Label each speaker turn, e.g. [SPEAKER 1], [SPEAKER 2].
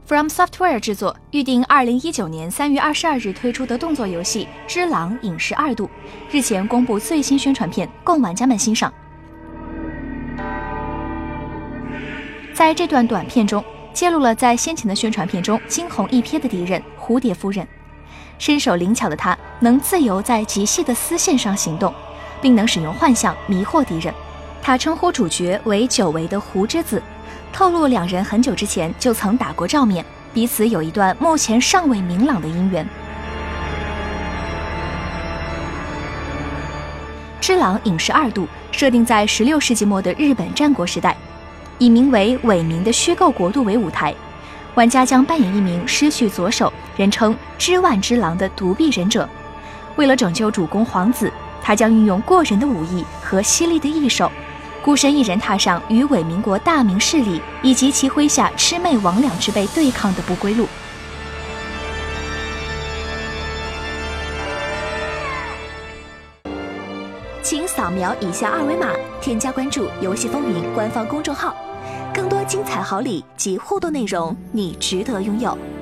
[SPEAKER 1] From Software 制作，预定2019年3月22日推出的动作游戏《只狼影视2度》，日前公布最新宣传片，供玩家们欣赏。在这段短片中，揭露了在先前的宣传片中惊鸿一瞥的敌人蝴蝶夫人。身手灵巧的她能自由在极细的丝线上行动，并能使用幻象迷惑敌人。她称呼主角为久违的胡之子，透露两人很久之前就曾打过照面，彼此有一段目前尚未明朗的姻缘。只狼影视2度设定在16世纪末的日本战国时代，以名为伪名的虚构国度为舞台，玩家将扮演一名失去左手，人称只万之狼的独臂忍者。为了拯救主公皇子，他将运用过人的武艺和犀利的翼手，孤身一人踏上与伪民国大明势力以及其麾下魑魅魍魉之辈对抗的不归路。
[SPEAKER 2] 请扫描以下2维码，添加关注“游戏风云”官方公众号，更多精彩好礼及互动内容，你值得拥有。